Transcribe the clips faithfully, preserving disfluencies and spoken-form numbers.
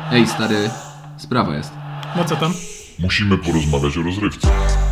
Ej, stary, sprawa jest. No co tam? Musimy porozmawiać o rozrywce.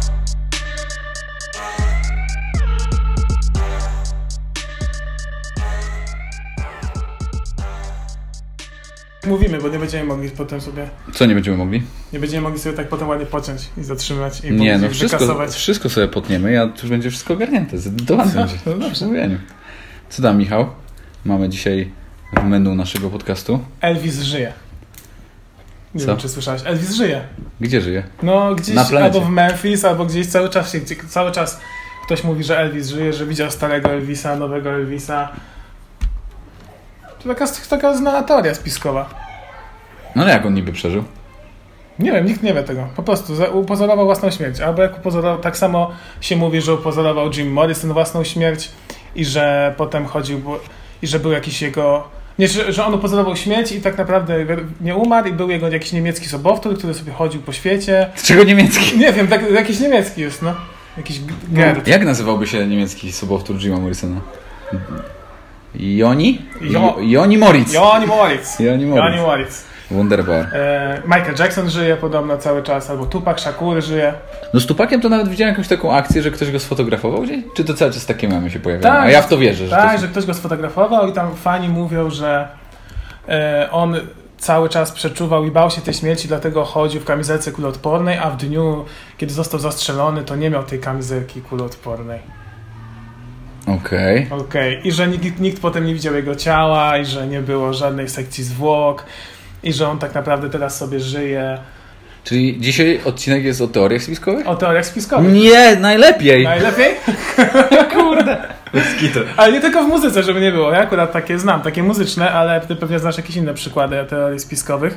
Mówimy, bo nie będziemy mogli potem sobie... Co nie będziemy mogli? Nie będziemy mogli sobie tak potem ładnie począć i zatrzymać i Nie, no wszystko, wykasować. wszystko sobie potniemy, ja tu już będzie wszystko ogarnięte, zdecydowanie będzie. No dobrze. Mówieniu. Co tam, Michał? Mamy dzisiaj w menu naszego podcastu. Elvis żyje. Nie Co? wiem, czy słyszałeś. Elvis żyje. Gdzie żyje? No gdzieś Na planecie. albo w Memphis, albo gdzieś cały czas się, gdzie, cały czas ktoś mówi, że Elvis żyje, że widział starego Elvisa, nowego Elvisa. To taka, taka znana teoria spiskowa. No ale jak on niby przeżył? Nie wiem, nikt nie wie tego. Po prostu za- upozorował własną śmierć. Albo jak upozorował, tak samo się mówi, że upozorował Jim Morrison własną śmierć i że potem chodził, bo, i że był jakiś jego... Nie, że, że on upozorował śmierć i tak naprawdę nie umarł i był jego jakiś niemiecki sobowtór, który sobie chodził po świecie. Z czego niemiecki? Nie wiem, tak, jakiś niemiecki jest, no. Jakiś Gerd. Jak nazywałby się niemiecki sobowtór Jima Morrisona? Joni? Jo- Joni Moritz. Joni Moritz. Joni Moritz. Joni Moritz. Wunderbar. E, Michael Jackson żyje podobno cały czas, albo Tupac Shakur żyje. No z Tupakiem to nawet widziałem jakąś taką akcję, że ktoś go sfotografował gdzieś? Czy to cały czas takie memy się pojawiają? Tak, A ja w to wierzę. Że tak, to... że ktoś go sfotografował i tam fani mówią, że e, on cały czas przeczuwał i bał się tej śmierci, dlatego chodził w kamizelce kuloodpornej, a w dniu, kiedy został zastrzelony, to nie miał tej kamizelki kuloodpornej. Okej. Okej. Okay. I że nikt, nikt potem nie widział jego ciała i że nie było żadnej sekcji zwłok i że on tak naprawdę teraz sobie żyje. Czyli dzisiaj odcinek jest o teoriach spiskowych? O teoriach spiskowych. Nie, najlepiej! Najlepiej? Kurde! Ale nie tylko w muzyce, żeby nie było. Ja akurat takie znam, takie muzyczne, ale ty pewnie znasz jakieś inne przykłady teorii spiskowych.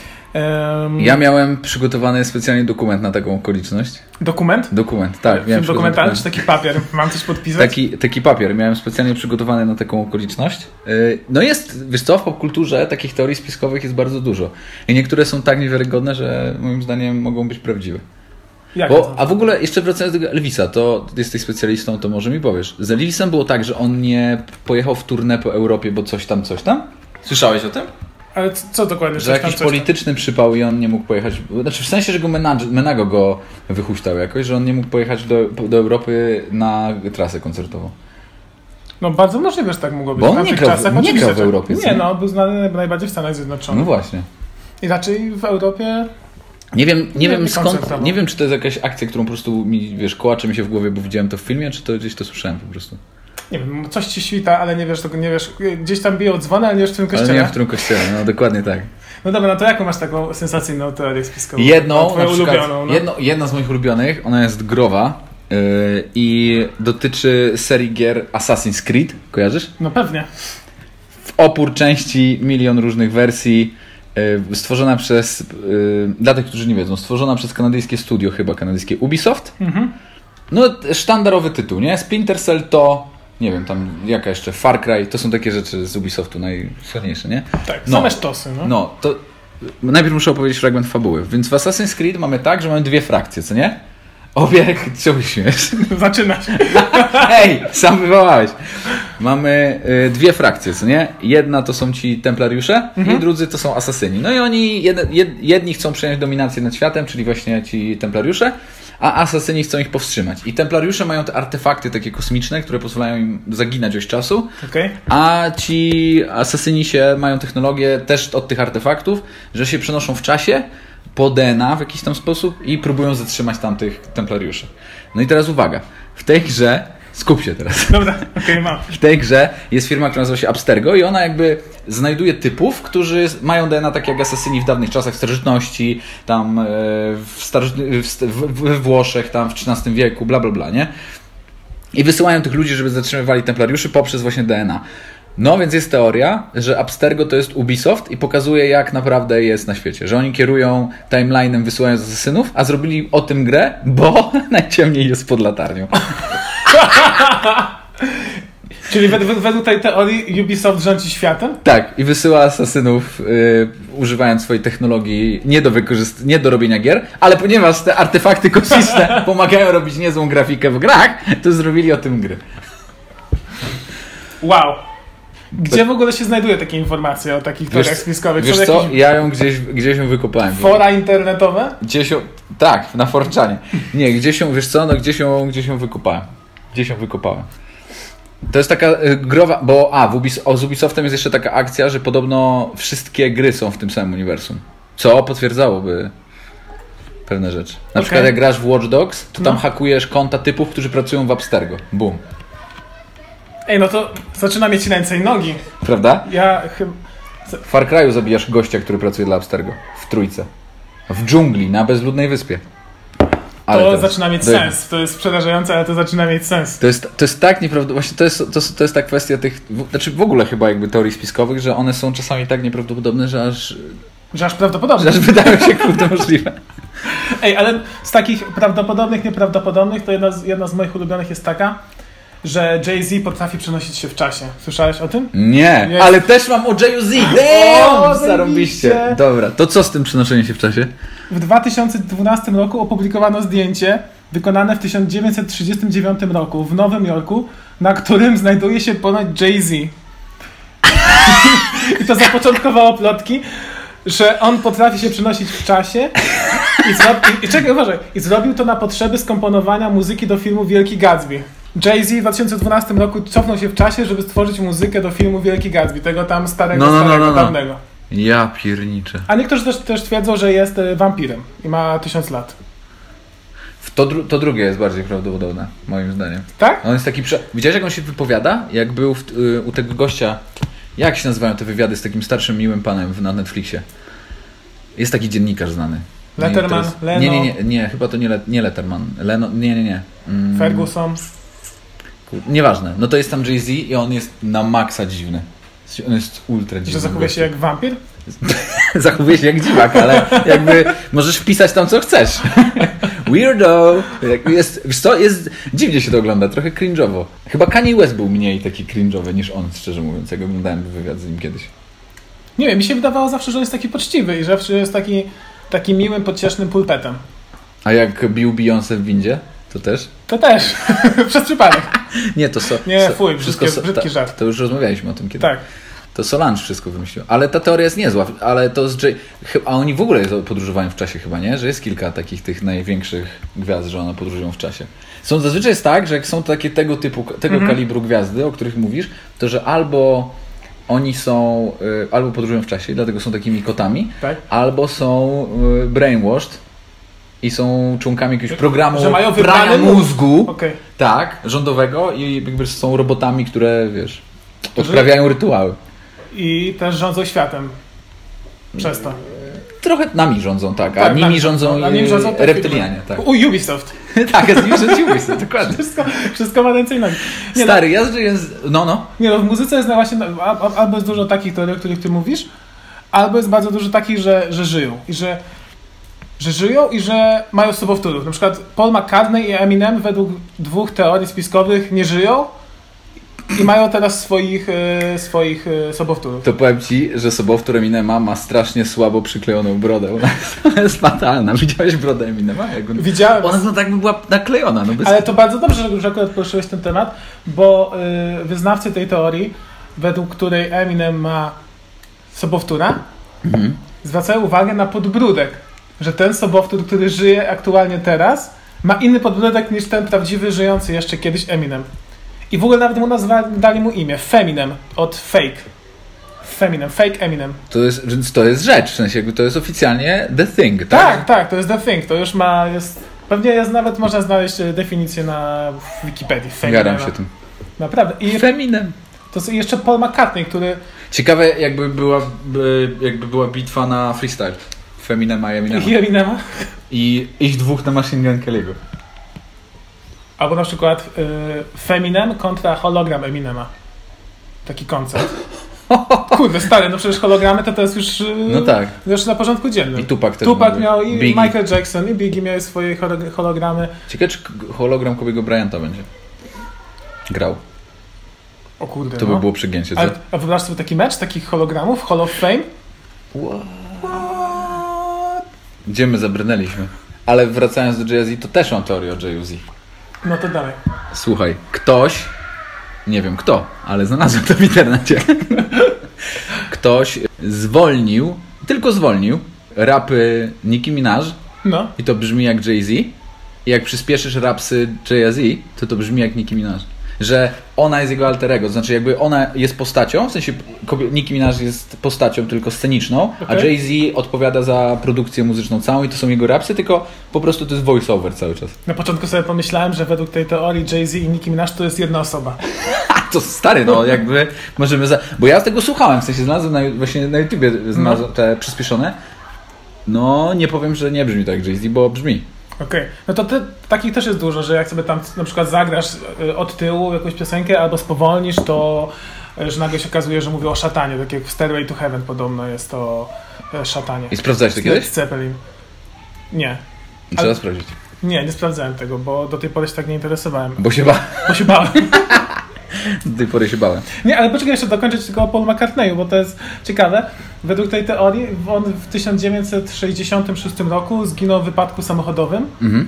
Um, Ja miałem przygotowany specjalnie dokument na taką okoliczność. Dokument? Dokument, tak. Film dokumentalny czy taki papier? Mam coś podpisać? Taki, taki papier. Miałem specjalnie przygotowany na taką okoliczność. Yy, No jest, wiesz co, w popkulturze takich teorii spiskowych jest bardzo dużo. I niektóre są tak niewiarygodne, że moim zdaniem mogą być prawdziwe. Jak Bo, to? a w ogóle jeszcze wracając do Elvisa, to jesteś specjalistą, to może mi powiesz. Z Elvisem było tak, że on nie pojechał w tournée po Europie, bo coś tam, coś tam? Słyszałeś o tym? Ale co, co dokładnie? Że Coś tam, jakiś coś polityczny przypał i on nie mógł pojechać. Znaczy w sensie, że go menadż, Menago go wychuśtał jakoś, że on nie mógł pojechać do, do Europy na trasę koncertową. tam? No bardzo możliwe, że tak mogło być. Bo on w tamtych nie grał w- czasach nie oczywiście, grał w że- Europie, co Nie, nie? no, był znany najbardziej w Stanach Zjednoczonych. No właśnie. I raczej w Europie... Nie wiem, nie Nie, wiem nie skąd, koncertowo. nie wiem czy to jest jakaś akcja, którą po prostu mi, wiesz, kołacze mi się w głowie, bo widziałem to w filmie, czy to gdzieś to słyszałem po prostu. Nie wiem, coś ci świta, ale nie wiesz, tego nie wiesz. Gdzieś tam biją dzwony, ale nie wiesz w którym Ale kościele. nie wiem w którym kościele, no dokładnie tak. No dobra, no to jaką masz taką sensacyjną teorię spiskową? Jedną, Twoją na przykład, ulubioną, no. jedno, jedna z moich ulubionych, ona jest growa yy, i dotyczy serii gier Assassin's Creed, kojarzysz? No pewnie. W opór części, milion różnych wersji, yy, stworzona przez, yy, dla tych, którzy nie wiedzą, stworzona przez kanadyjskie studio, chyba kanadyjskie Ubisoft. Mhm. No sztandarowy tytuł, nie? Splinter Cell to, nie wiem, tam jaka jeszcze, Far Cry, to są takie rzeczy z Ubisoftu najsłynniejsze, nie? Tak, No. same sztosy, no. No, to najpierw muszę opowiedzieć fragment fabuły. Więc w Assassin's Creed mamy tak, że mamy dwie frakcje, co nie? Obie, co śmiesz? Zaczyna się. Hej, sam wywołałeś. Mamy y, dwie frakcje, co nie? Jedna to są ci templariusze Mhm. i drudzy to są asasyni. No i oni, jed, jed, jedni chcą przejąć dominację nad światem, czyli właśnie ci templariusze, a asasyni chcą ich powstrzymać. I templariusze mają te artefakty takie kosmiczne, które pozwalają im zaginać oś czasu, Okej. a ci asasyni się mają technologię też od tych artefaktów, że się przenoszą w czasie po D N A w jakiś tam sposób i próbują zatrzymać tamtych templariuszy. No i teraz uwaga, w tej grze, skup się teraz, Dobra, okej, mam. w tej grze jest firma, która nazywa się Abstergo i ona jakby znajduje typów, którzy mają D N A tak jak asasyni w dawnych czasach, w starożytności, tam e, w, starożytny, w, w, we Włoszech, tam w trzynastym wieku, bla bla bla, nie? I wysyłają tych ludzi, żeby zatrzymywali templariuszy poprzez właśnie D N A. No więc jest teoria, że Abstergo to jest Ubisoft i pokazuje jak naprawdę jest na świecie. Że oni kierują timeline'em wysyłając asasynów, a zrobili o tym grę, bo najciemniej jest pod latarnią. Czyli według, według tej teorii Ubisoft rządzi światem? Tak, i wysyła asasynów yy, używając swojej technologii nie do, wykorzyst- nie do robienia gier, ale ponieważ te artefakty kosmiczne pomagają robić niezłą grafikę w grach, to zrobili o tym gry. Wow. Gdzie w ogóle się znajduje takie informacje o takich teoriach spiskowych? Wiesz Są co, jakieś ja ją gdzieś, gdzieś ją wykopałem. fora internetowe? Gdzieś ją, tak, na forczanie. Nie, gdzieś ją, wiesz co, no gdzieś ją, gdzieś ją wykopałem. Gdzieś ją wykopałem. To jest taka y, growa, bo a, w Ubis- o, z Ubisoftem jest jeszcze taka akcja, że podobno wszystkie gry są w tym samym uniwersum. Co potwierdzałoby pewne rzeczy. Na Okay. przykład jak grasz w Watch Dogs, to tam No. hakujesz konta typów, którzy pracują w Abstergo. Boom. Ej, no to zaczyna mieć ręce i nogi. Prawda? Ja chyba... W Far Cry'u zabijasz gościa, który pracuje dla Abstergo. W trójce. W dżungli, na bezludnej wyspie. Ale To teraz- zaczyna mieć do- sens. To jest przerażające, ale to zaczyna mieć sens. To jest, to jest tak nieprawdopodobne. Właśnie to jest, to, to jest ta kwestia tych. W, znaczy w ogóle chyba jakby teorii spiskowych, że one są czasami tak nieprawdopodobne, że aż, Że aż prawdopodobne. że aż wydają się kurde możliwe. Ej, ale z takich prawdopodobnych, nieprawdopodobnych, to jedna z, jedna z moich ulubionych jest taka, że Jay-Z potrafi przenosić się w czasie. Słyszałeś o tym? Nie, Jest. ale też mam o Jay-Z. O, Damn! zajebiście. Zarąbiście. Dobra, to co z tym przenoszeniem się w czasie? W dwa tysiące dwunastym roku opublikowano zdjęcie wykonane w tysiąc dziewięćset trzydziestym dziewiątym roku w Nowym Jorku, na którym znajduje się ponad Jay-Z. I to zapoczątkowało plotki, że on potrafi się przenosić w czasie i, zro- i, i czekaj, uważaj, i zrobił to na potrzeby skomponowania muzyki do filmu Wielki Gatsby. Jay-Z w dwa tysiące dwunastym roku cofnął się w czasie, żeby stworzyć muzykę do filmu Wielki Gatsby, tego tam starego, No, no, no, starego, no, no. dawnego. Ja pierniczę. A niektórzy też, też twierdzą, że jest e, wampirem i ma tysiąc lat. To, dru- to drugie jest bardziej prawdopodobne, moim zdaniem. Tak? On jest taki. Prze- Widziałeś, jak on się wypowiada? Jak był w, y, u tego gościa. Jak się nazywają te wywiady z takim starszym, miłym panem w, na Netflixie? Jest taki dziennikarz znany. Nie, Letterman, teraz- Leno. Nie, nie, nie, nie, chyba to nie, Le- nie Letterman. Leno, nie, nie, nie. Mm, Ferguson. kur- Nieważne. No to jest tam Jay-Z i on jest na maksa dziwny. On jest ultra dziwny. Że zachowuje się jak wampir? Zachowuje się jak dziwak, ale jakby możesz wpisać tam co chcesz. Weirdo! Jak Jest, wiesz co, jest, dziwnie się to ogląda, trochę cringe'owo. Chyba Kanye West był mniej taki cringe'owy niż on, szczerze mówiąc, jak oglądałem wywiad z nim kiedyś. Nie wiem, mi się wydawało zawsze, że on jest taki poczciwy i że zawsze jest taki, taki miłym, pociesznym pulpetem. A jak bił Beyoncé w windzie, to też? To też. Przez przypadek. Nie, to so, Nie, so, fuj, wszystko brzydkie- brzydki ta, żart. To już rozmawialiśmy o tym kiedyś. Tak. To Solange wszystko wymyślił. Ale ta teoria jest niezła, ale to z Jay... chy- A oni w ogóle podróżowają w czasie chyba, nie? Że jest kilka takich tych największych gwiazd, że one podróżują w czasie. Są, zazwyczaj jest tak, że jak są takie tego typu, tego Mhm. kalibru gwiazdy, o których mówisz, to że albo oni są, y, albo podróżują w czasie, dlatego są takimi kotami, Tak. albo są y, brainwashed i są członkami jakiegoś programu Że mają prania wybrany mózg. mózgu, Okej. tak, rządowego i jakby są robotami, które, wiesz, Którzy- odprawiają rytuały. I też rządzą światem. Przez to. Trochę nami rządzą, tak, a Tak, nimi nami rządzą, a nimi rządzą te reptylianie, firmy. tak. U Ubisoft. Tak, a z nimi rządzi Ubisoft, dokładnie. Wszystko, wszystko ma ręce i nogi. Nie, Stary, ja jest... No, no. Nie no, w muzyce jest na właśnie, a- a- albo jest dużo takich teorii, o których ty mówisz, albo jest bardzo dużo takich, że, że żyją. I że, że żyją i że mają sobowtórów. Na przykład Paul McCartney i Eminem według dwóch teorii spiskowych nie żyją i mają teraz swoich, e, swoich e, sobowtórów. To powiem ci, że sobowtór Eminema ma strasznie słabo przyklejoną brodę. Ona jest fatalna. Widziałeś brodę Eminema? Jak on... Widziałem, Ona no tak by była naklejona. No bez... ale to bardzo dobrze, że- że akurat poruszyłeś ten temat, bo y, wyznawcy tej teorii, według której Eminem ma sobowtóra, Mhm. zwracają uwagę na podbródek, że ten sobowtór, który żyje aktualnie teraz, ma inny podbródek niż ten prawdziwy, żyjący jeszcze kiedyś Eminem. I w ogóle nawet mu nazwali, dali mu imię, Feminem, od fake. Feminem, fake Eminem. To jest, więc to jest rzecz, w sensie jakby to jest oficjalnie the thing, tak? Tak, tak, to jest the thing, to już ma, jest, pewnie jest, nawet można znaleźć e, definicję na w Wikipedii. Feminem. Jaram się tym. Naprawdę. I Feminem. to jest jeszcze Paul McCartney, który... Ciekawe jakby była, by, jakby była bitwa na freestyle. Feminema i Eminema. I Eminema. I ich dwóch na Machine Gun Kelly'ego. Albo na przykład y, Feminem kontra hologram Eminema. Taki koncert. Kurde, stary, no przecież hologramy to to jest już, y, No tak. już na porządku dziennym. I Tupac też Tupac był. miał i Biggie. Michael Jackson i Biggie miały swoje holo- hologramy. Ciekawe, czy k- hologram Kobe'ego Bryanta będzie grał. O kurde, To no. by było przegięcie. Co? Ale, a wyobraź sobie taki mecz takich hologramów, Hall of Fame? Gdzie my zabrnęliśmy? Ale wracając do Jay-Z, to też mam teorię o Jay-Z. No to dalej. Słuchaj, ktoś nie wiem kto, ale znalazłem to w internecie. Ktoś zwolnił, tylko zwolnił rapy Nicki Minaj No. i to brzmi jak Jay-Z. I jak przyspieszysz rapsy Jay-Z, to to brzmi jak Nicki Minaj. Że ona jest jego alter ego, to znaczy jakby ona jest postacią, w sensie Nicki Minaj jest postacią tylko sceniczną, okay. a Jay-Z odpowiada za produkcję muzyczną całą i to są jego rapsy, tylko po prostu to jest voice-over cały czas. Na początku sobie pomyślałem, że według tej teorii Jay-Z i Nicki Minaj to jest jedna osoba. To stary, no jakby możemy za... Bo ja z tego słuchałem, w sensie znalazłem na, właśnie na YouTubie znalazłem no. te przyspieszone. No nie powiem, że nie brzmi tak jak Jay-Z, bo brzmi. Okej, okay. No to ty, takich też jest dużo, że jak sobie tam na przykład zagrasz od tyłu jakąś piosenkę albo spowolnisz, to że nagle się okazuje, że mówię o szatanie, tak jak w Stairway to Heaven podobno jest to szatanie. I sprawdzałeś to kiedyś? Zeppelin. Nie. Trzeba Ale... sprawdzić. Nie, nie sprawdzałem tego, bo do tej pory się tak nie interesowałem. Bo się bałem. Bo się bałem. Do tej pory się bałem. Nie, ale poczekaj jeszcze dokończyć tylko o Paul McCartneyu, bo to jest ciekawe. Według tej teorii on w tysiąc dziewięćset sześćdziesiątym szóstym roku zginął w wypadku samochodowym mhm.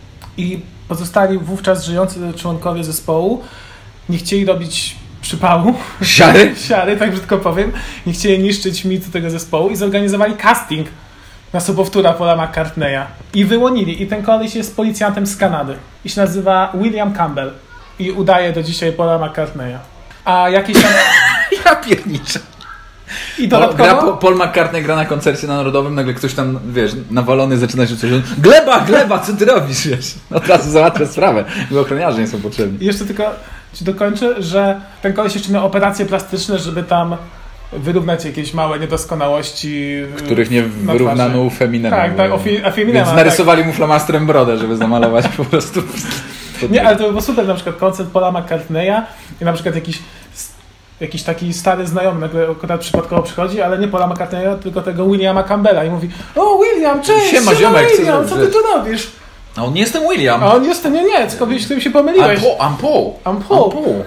i pozostali wówczas żyjący członkowie zespołu nie chcieli robić przypału. Siary? Siary, tak brzydko powiem. Nie chcieli niszczyć mitu tego zespołu i zorganizowali casting na sobowtóra Paula McCartneya. I wyłonili. I ten koleś jest policjantem z Kanady. I się nazywa William Campbell. I udaje do dzisiaj Paula McCartneya. A jakieś tam... ja pierniczę. I dodatkowo... Gra, Paul McCartney gra na koncercie na Narodowym, nagle ktoś tam, wiesz, nawalony zaczyna się coś... Gleba, gleba, co ty robisz, wiesz? Od razu załatwia sprawę, bo ochroniarze nie są potrzebni. I jeszcze tylko ci dokończę, że ten koleś jeszcze miał operacje plastyczne, żeby tam wyrównać jakieś małe niedoskonałości... Których nie wyrównano Feminem. Tak, tak, a Feminema. Więc narysowali tak. mu flamastrem brodę, żeby zamalować po prostu... Nie, ale to by było super, na przykład koncert Paula McCartneya i na przykład jakiś, jakiś taki stary znajomy nagle akurat przypadkowo przychodzi, ale nie Paula McCartneya, tylko tego Williama Campbella i mówi: o William, cześć, siema, ziomek, William, co ty tu robisz? A on nie jestem William. A on jestem, nie, nie, tylko byś tym się pomyliłeś. I'm Paul. I'm Paul. I'm Paul. I'm Paul.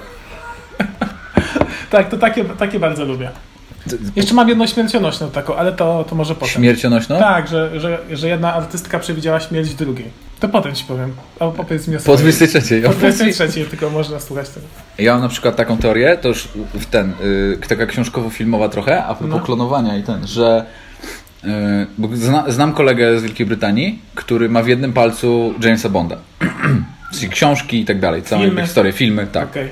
Tak, to takie, takie bardzo lubię. Jeszcze mam jedną śmiercionośną taką, ale to, to może potem. Śmiercionośną? Tak, że, że, że jedna artystka przewidziała śmierć drugiej. To potem ci powiem. Albo opowiedz mi o Po dwudziestej trzeciej. Po dwudziestej trzeciej tylko można słuchać tego. Ja mam na przykład taką teorię, to już w ten, yy, taka książkowo-filmowa trochę, a propos no. klonowania i ten, że yy, bo zna, znam kolegę z Wielkiej Brytanii, który ma w jednym palcu Jamesa Bonda. Czyli książki i tak dalej, całą filmy. historię, filmy, tak. Okay.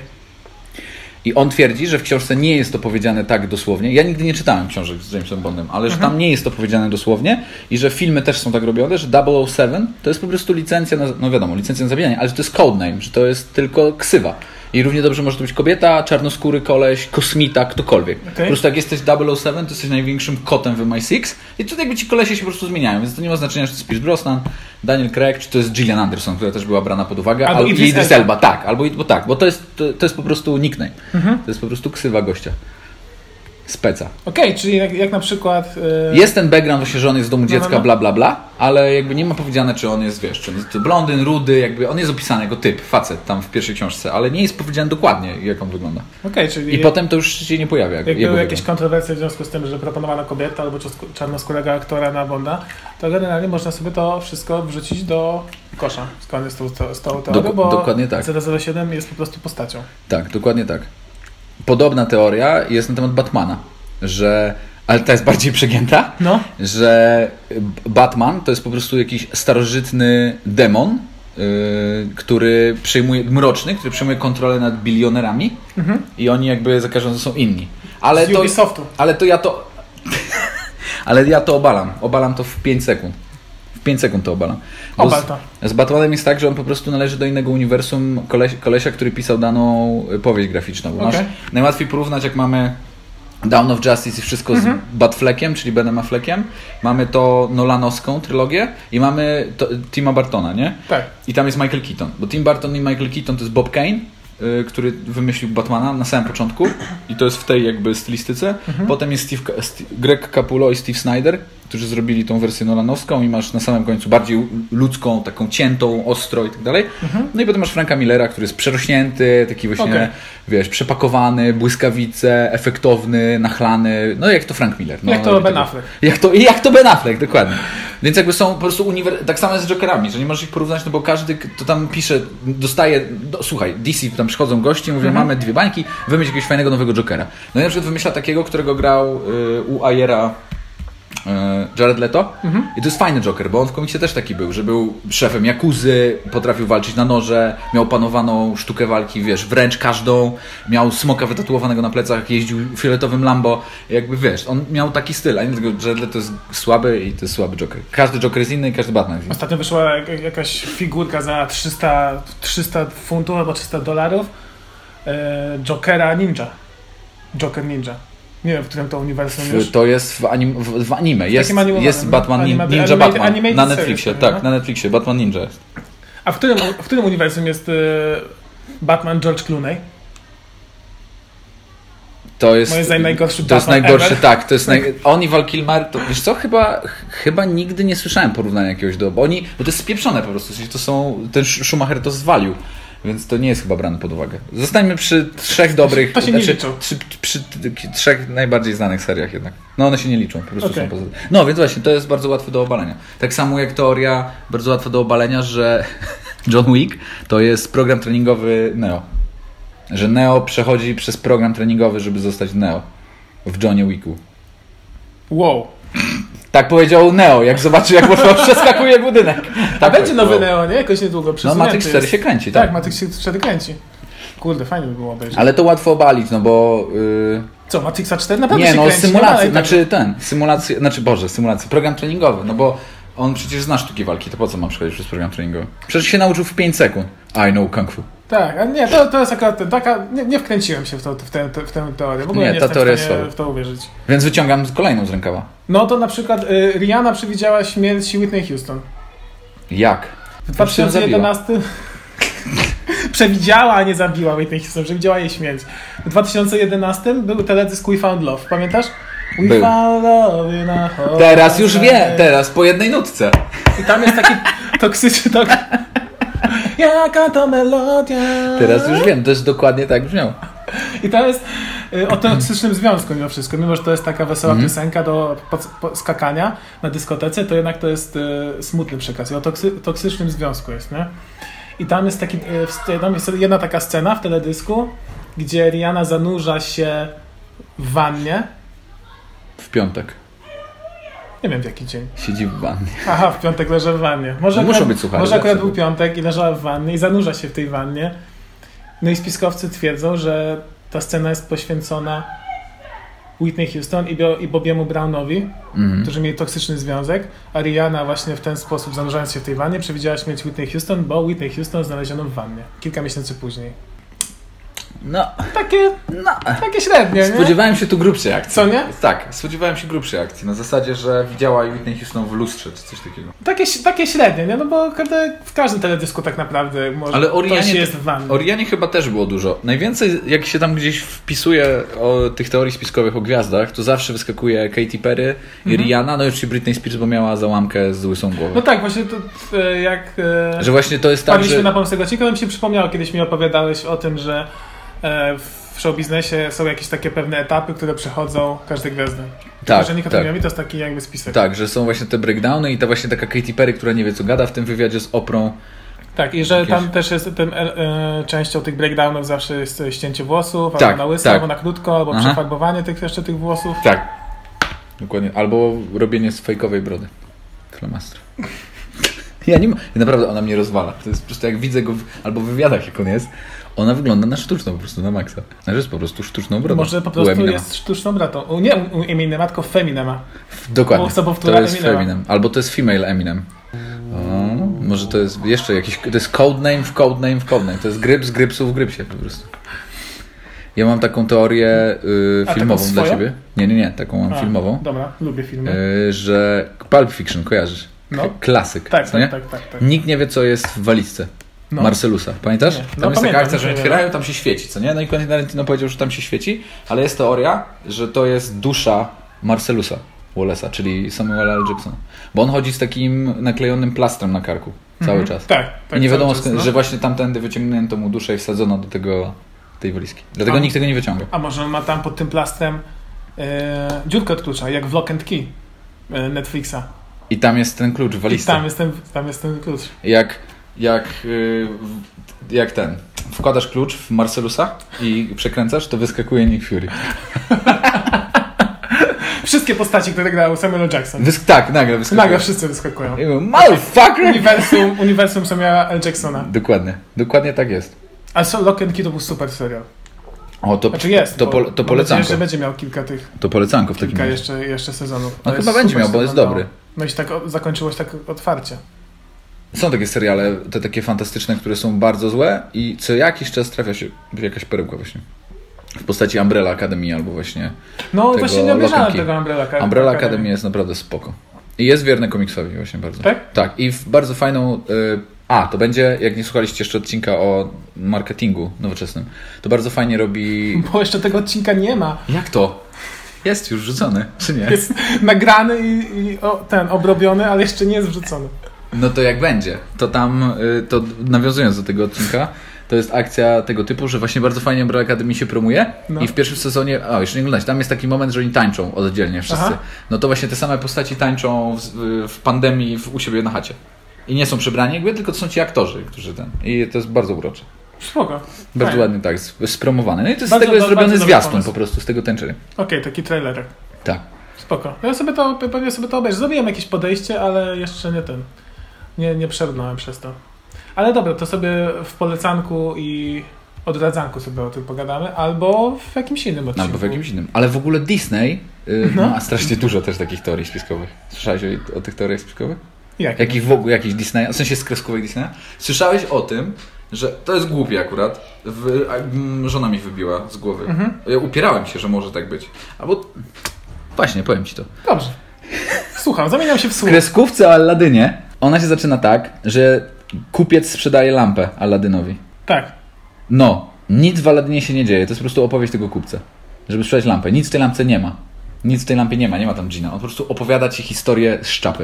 I on twierdzi, że w książce nie jest to powiedziane tak dosłownie. Ja nigdy nie czytałem książek z Jamesem Bondem, ale że tam nie jest to powiedziane dosłownie i że filmy też są tak robione, że double oh seven to jest po prostu licencja na, no wiadomo, licencja na zabijanie, ale że to jest codename, że to jest tylko ksywa. I równie dobrze może to być kobieta, czarnoskóry koleś, kosmita, ktokolwiek. Okay. Po prostu jak jesteś double oh seven, to jesteś największym kotem w M I six i tutaj jakby ci kolesie się po prostu zmieniają, więc to nie ma znaczenia, czy to jest Pierce Brosnan, Daniel Craig, czy to jest Gillian Anderson, która też była brana pod uwagę, albo Idris, Idris Elba. Tak, albo bo tak, bo to jest, to, to jest po prostu nickname. Mhm. To jest po prostu ksywa gościa. Speca. Okej, okay, czyli jak, jak na przykład... Yy... Jest ten background właśnie, że on jest z domu dziecka, no, no. bla, bla, bla, ale jakby nie ma powiedziane, czy on jest, wiesz, czy on jest blondyn, rudy, jakby on jest opisany jako typ, facet tam w pierwszej książce, ale nie jest powiedziane dokładnie, jak on wygląda. Okay, czyli I jak, potem to już się nie pojawia. Jak, jak były jakieś wygląda. kontrowersje w związku z tym, że proponowano kobietę albo czarnoskórego aktora na Bonda, to generalnie można sobie to wszystko wrzucić do kosza, zgodnie z tą, z tą teorią, Dok- bo dokładnie tak. zero zero siedem jest po prostu postacią. Tak, dokładnie tak. Podobna teoria jest na temat Batmana, że, ale ta jest bardziej przegięta, no. że Batman to jest po prostu jakiś starożytny demon, yy, który przejmuje, mroczny, który przejmuje kontrolę nad bilionerami mhm. i oni jakby za każdym razem są inni. Ale z to, Ubisoftu. Ale to ja to... ale ja to obalam. Obalam to w pięć sekund. W pięć sekund to obalam. Obal to. Z, z Batmanem jest tak, że on po prostu należy do innego uniwersum koleś, kolesia, który pisał daną powieść graficzną. Okay. Masz, najłatwiej porównać, jak mamy Dawn of Justice i wszystko mhm. z Batfleckiem, czyli Benem Affleckiem. Mamy to nolanowską trylogię i mamy to, Tima Bartona, nie? Tak. I tam jest Michael Keaton. Bo Tim Burton i Michael Keaton to jest Bob Kane, y, który wymyślił Batmana na samym początku i to jest w tej jakby stylistyce. Mhm. Potem jest Steve, St- Greg Capullo i Steve Snyder, którzy zrobili tą wersję nolanowską i masz na samym końcu bardziej ludzką, taką ciętą, ostro i tak dalej. Mhm. No i potem masz Franka Millera, który jest przerośnięty, taki właśnie, okay. wiesz, przepakowany, błyskawice, efektowny, nachlany, no jak to Frank Miller. No, jak to Ben Affleck. Jak to, jak to Ben Affleck, dokładnie. Więc jakby są po prostu uniwer... tak samo jest z Jokerami, że nie możesz ich porównać, no bo każdy, kto tam pisze, dostaje, do, słuchaj, D C, tam przychodzą gości i mówią, mhm. mamy dwie bańki, wymyśl jakiegoś fajnego nowego Jokera. No i na przykład wymyśla takiego, którego grał y, u Ayera Jared Leto mhm. i to jest fajny Joker, bo on w komiksie też taki był, że był szefem Jakuzy, potrafił walczyć na noże, miał opanowaną sztukę walki, wiesz, wręcz każdą, miał smoka wytatuowanego na plecach, jeździł fioletowym Lambo, jakby wiesz, on miał taki styl, a nie tylko Jared Leto jest słaby i to jest słaby Joker. Każdy Joker jest inny i każdy Batman jest inny. Ostatnio wyszła jakaś figurka za trzysta, trzysta funtów albo trzysta dolarów e, Jokera Ninja. Joker Ninja. Nie wiem, w którym to uniwersum już. To jest w, anim, w, w anime. Jest, jest Batman Anima- Ninja animated, Batman animated na Netflixie. series, tak, na Netflixie. Batman Ninja jest. A w którym, w którym uniwersum jest y, Batman George Clooney? To jest, jest najgorszy to Batman jest najgorszy, ever. tak. To jest naj... On i Val Kilmer, to wiesz co, chyba, chyba nigdy nie słyszałem porównania jakiegoś do... Bo oni, bo to jest spieprzone po prostu. To są, ten Schumacher to zwalił. Więc to nie jest chyba brane pod uwagę. Zostańmy przy trzech dobrych... To się nie znaczy, liczą. Przy, przy, przy trzech najbardziej znanych seriach jednak. No one się nie liczą, po prostu okay. są poza... No więc właśnie, to jest bardzo łatwe do obalenia. Tak samo jak teoria bardzo łatwa do obalenia, że John Wick to jest program treningowy Neo. Że Neo przechodzi przez program treningowy, żeby zostać Neo w Johnie Wicku. Wow. Tak powiedział Neo, jak zobaczy, jak łatwo przeskakuje budynek. Tak, a będzie nowy wow. Neo, nie? Jakoś niedługo. No Matrix cztery się kręci, tak? Tak, Matrix cztery kręci. Kurde, fajnie by było obejrzeć. Ale to łatwo obalić, no bo... Yy... Co, Matrixa cztery naprawdę nie, się no, kręci? Symulacje, no, znaczy ten, symulacje, znaczy Boże, symulacje, program treningowy, no bo on przecież zna sztuki walki, to po co mam przechodzić przez program treningowy? Przecież się nauczył w pięć sekund. I know kung fu. Tak, a nie, to, to jest akurat taka, nie, nie wkręciłem się w, to, w, tę, w tę teorię, w ogóle nie, nie ta jestem teoria w stanie jest w to uwierzyć. Więc wyciągam kolejną z rękawa. No to na przykład y, Rihanna przewidziała śmierć Whitney Houston. Jak? W dwa tysiące jedenastym przewidziała, a nie zabiła Whitney Houston, przewidziała jej śmierć. W dwa tysiące jedenastym był teledysk We Found Love, pamiętasz? We Był. found love in a hole. Teraz już wie, teraz po jednej nutce. I tam jest taki toksyczny tok. Jaka to melodia. Teraz już wiem, to jest dokładnie tak brzmiało. I to jest y, o toksycznym związku mimo wszystko. Mimo, że to jest taka wesoła mm. piosenka do po, po, skakania na dyskotece, to jednak to jest y, smutny przekaz. I o toksy, toksycznym związku jest, nie? I tam jest, taki, y, tam jest jedna taka scena w teledysku, gdzie Rihanna zanurza się w wannie. W piątek. Nie wiem w jaki dzień. Siedzi w wannie. Aha, w piątek leży w wannie. Może no akurat, muszą być suchary. Może akurat był piątek i leżała w wannie i zanurza się w tej wannie. No i spiskowcy twierdzą, że ta scena jest poświęcona Whitney Houston i, Bo- i Bobiemu Brownowi, mm-hmm. którzy mieli toksyczny związek, a Rihanna właśnie w ten sposób, zanurzając się w tej wannie, przewidziała śmierć Whitney Houston, bo Whitney Houston znaleziono w wannie kilka miesięcy później. No. Takie, no. takie średnie, nie? Spodziewałem się tu grubszej akcji. Co, nie? Tak, spodziewałem się grubszej akcji. Na zasadzie, że widziała Whitney Houston w lustrze, czy coś takiego. Takie, takie średnie, nie? No bo każde, w każdym teledysku tak naprawdę może ale o Rihannie, jest w wannie. O Rihannie chyba też było dużo. Najwięcej, jak się tam gdzieś wpisuje o tych teorii spiskowych o gwiazdach, to zawsze wyskakuje Katy Perry i mhm. Rihanna, no już i Britney Spears, bo miała załamkę z łysą głową. No tak, właśnie to e, jak... E, że właśnie to jest tak, Padliśmy że... na pomysł tego odcinka, to mi się przypomniało, kiedyś mi opowiadałeś o tym, że w showbiznesie są jakieś takie pewne etapy, które przechodzą każde gwiazdy. Tak, że Nikola tak. To jest taki jakby spisek. Tak, że są właśnie te breakdowny i ta właśnie taka Katy Perry, która nie wie co gada w tym wywiadzie z Oprą. Tak, i że jakieś... tam też jest tym, e, częścią tych breakdownów zawsze jest ścięcie włosów, tak, albo na łyso, tak. albo na krótko, albo Aha. przefarbowanie tych jeszcze tych włosów. Tak, dokładnie. Albo robienie z fejkowej brody. Flamastrów. Ja nie ma... Naprawdę ona mnie rozwala. To jest po prostu jak widzę go w... albo w wywiadach jak on jest, ona wygląda na sztuczną po prostu, na maksa. Znaczy jest po prostu sztuczną brodą. Może po prostu jest sztuczną bratą. U, nie u Eminema, tylko Feminema. Dokładnie, to jest Eminema. Feminem. Albo to jest female Eminem. O, może to jest jeszcze jakiś, to jest codename w codename w codename. To jest gryp z grypsu w grypsie po prostu. Ja mam taką teorię y, filmową dla ciebie. Nie, nie, nie, taką mam A, filmową. Dobra, lubię filmy. Y, że Pulp Fiction, kojarzysz? No. Klasyk. Tak, co tak, nie? tak, tak, tak. Nikt nie wie, co jest w walizce. No. Marcelusa. Pamiętasz? Nie. No, tam jest taka akcja, że otwierają, tam się świeci, co nie? No i Quentin Tarantino powiedział, że tam się świeci, ale jest teoria, że to jest dusza Marcelusa Wallace'a, czyli Samuela L. Jacksona. Bo on chodzi z takim naklejonym plastrem na karku cały mm-hmm. czas. Tak, tak. I nie wiadomo, czas, no. że właśnie tamtędy wyciągnięto mu duszę i wsadzono do tego, tej walizki. Dlatego a, nikt tego nie wyciąga. A może on ma tam pod tym plastrem e, dziurkę od klucza, jak w Lock and Key e, Netflixa. I tam jest ten klucz w I walizce. tam jest ten, tam jest ten klucz. Jak, jak, yy, jak ten. Wkładasz klucz w Marcelusa i przekręcasz, to wyskakuje Nick Fury. Wszystkie postaci, które grał Samuel L. Jackson. Wysk- tak, nagle wyskakuje. Nagle wszyscy wyskakują. I mówię, motherfucker! Uniwersum, uniwersum Samuela L. Jacksona. Dokładnie, dokładnie tak jest. A so, Lock and Key to był super serial. O, to, Znaczy jest, to, bo, po, to bo polecanko. że będzie miał kilka tych, To polecanko w takim kilka razie. jeszcze, jeszcze sezonów. No To chyba jest będzie super miał, bo jest sezon, dobry. No, no i się tak o, zakończyło się tak otwarcie. Są takie seriale, te takie fantastyczne, które są bardzo złe i co jakiś czas trafia się jakaś perełka właśnie. W postaci Umbrella Academy albo właśnie No tego właśnie nie Lock and obejrzałem Key. tego Umbrella Academy. Umbrella Academy jest naprawdę spoko. I jest wierny komiksowi właśnie bardzo. Tak? Tak. I w bardzo fajną... Y- a, to będzie, jak nie słuchaliście jeszcze odcinka o marketingu nowoczesnym, to bardzo fajnie robi... Bo jeszcze tego odcinka nie ma. Jak to? Jest już wrzucony, czy nie? Jest nagrany i, i o, ten obrobiony, ale jeszcze nie jest wrzucony. No to jak będzie, to tam, y, to nawiązując do tego odcinka, to jest akcja tego typu, że właśnie bardzo fajnie Umbrella Academy się promuje No. i w pierwszym sezonie, a jeszcze nie oglądać, tam jest taki moment, że oni tańczą oddzielnie wszyscy. Aha. No to właśnie te same postaci tańczą w, w pandemii w, u siebie na chacie. I nie są przebrani jakby, tylko to są ci aktorzy, którzy ten. I to jest bardzo urocze. Spoko. Bardzo Fajnie. ładnie tak, spromowane. No i to z Bardzo tego jest do- zrobiony bardzo dobry zwiastun pomysł. po prostu, z tego tańczenia. Okej, okay, taki trailerek. Tak. Spoko. Ja sobie to, pewnie sobie to obejrzę. Zrobiłem jakieś podejście, ale jeszcze nie ten. Nie, nie przebrnąłem przez to. Ale dobra, to sobie w polecanku i odradzanku sobie o tym pogadamy, albo w jakimś innym odcinku. Albo w jakimś innym. Ale w ogóle Disney y, No. ma strasznie dużo też takich teorii spiskowych. Słyszałeś o, o tych teoriach spiskowych? Jak? Jakich w ogóle, jakichś Disneya, w sensie z kreskówek Disneya? Słyszałeś o tym, że to jest głupie akurat. W, a, m, żona mi wybiła z głowy. Mhm. Ja upierałem się, że może tak być. Albo właśnie, powiem ci to. Dobrze. Słucham, zamieniam się w W słuch. kreskówce o Aladynie ona się zaczyna tak, że kupiec sprzedaje lampę Aladynowi. Tak. No, nic w Aladynie się nie dzieje. To jest po prostu opowieść tego kupca. Żeby sprzedać lampę. Nic w tej lampce nie ma. Nic w tej lampie nie ma. Nie ma tam dżina. On po prostu opowiada ci historię z szczapy.